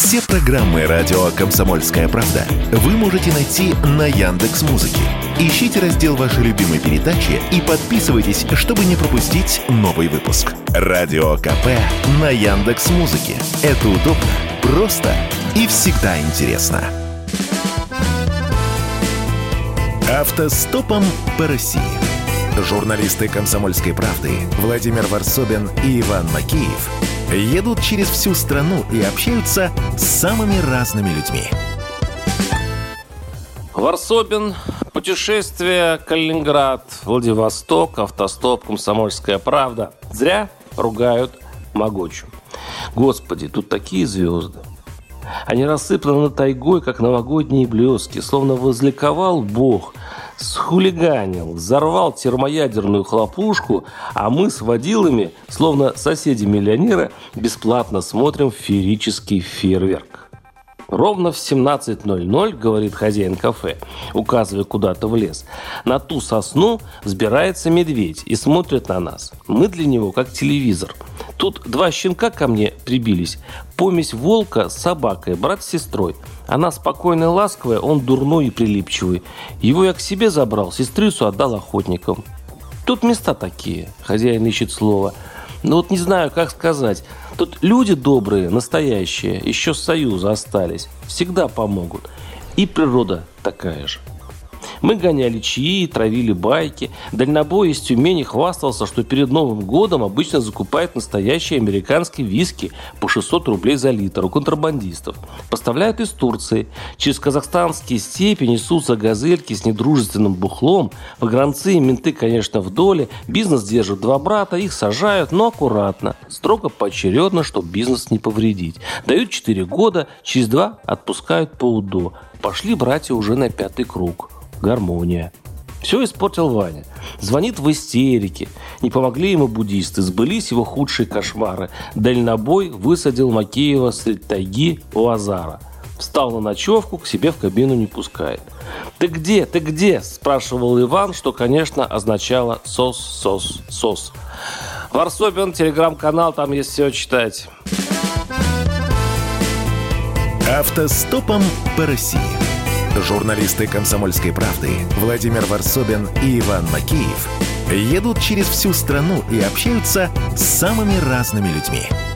Все программы радио «Комсомольская правда» вы можете найти на Яндекс.Музыке. Ищите раздел вашей любимой передачи и подписывайтесь, чтобы не пропустить новый выпуск. Радио КП на Яндекс.Музыке. Это удобно, просто и всегда интересно. Автостопом по России. Журналисты «Комсомольской правды» Владимир Варсобин и Иван Макеев едут через всю страну и общаются с самыми разными людьми. Варсобин, путешествие, Калининград, Владивосток, автостоп, «Комсомольская правда». Зря ругают Могочу. Господи, тут такие звезды. Они рассыпаны над тайгой, как новогодние блески, словно возликовал Бог, схулиганил, взорвал термоядерную хлопушку, а мы с водилами, словно соседи-миллионеры, бесплатно смотрим феерический фейерверк. Ровно в 17:00, говорит хозяин кафе, указывая куда-то в лес, на ту сосну взбирается медведь и смотрит на нас. Мы для него как телевизор. Тут два щенка ко мне прибились. Помесь волка с собакой, брат с сестрой. Она спокойная и ласковая, он дурной и прилипчивый. Его я к себе забрал, сестрицу отдал охотникам. Тут места такие, хозяин ищет слово. Но вот не знаю, как сказать. Тут люди добрые, настоящие, еще с Союза остались. Всегда помогут. И природа такая же. Мы гоняли чаи, травили байки. Дальнобой из Тюмени хвастался, что перед Новым годом обычно закупает настоящий американский виски по 600 рублей за литр у контрабандистов. Поставляют из Турции. Через казахстанские степи несутся газельки с недружественным бухлом. Погранцы и менты, конечно, в доле. Бизнес держат два брата, их сажают, но аккуратно. Строго поочередно, чтобы бизнес не повредить. Дают 4 года, через 2 отпускают по УДО. Пошли братья уже на 5-й круг. Гармония. Все испортил Ваня. Звонит в истерике. Не помогли ему буддисты. Сбылись его худшие кошмары. Дальнобой высадил Макеева средь тайги у Азара. Встал на ночевку, к себе в кабину не пускает. «Ты где? Ты где?» – спрашивал Иван, что, конечно, означало «сос». Варсобин, телеграм-канал, там есть все читать. Автостопом по России. Журналисты «Комсомольской правды» Владимир Варсобин и Иван Макеев едут через всю страну и общаются с самыми разными людьми.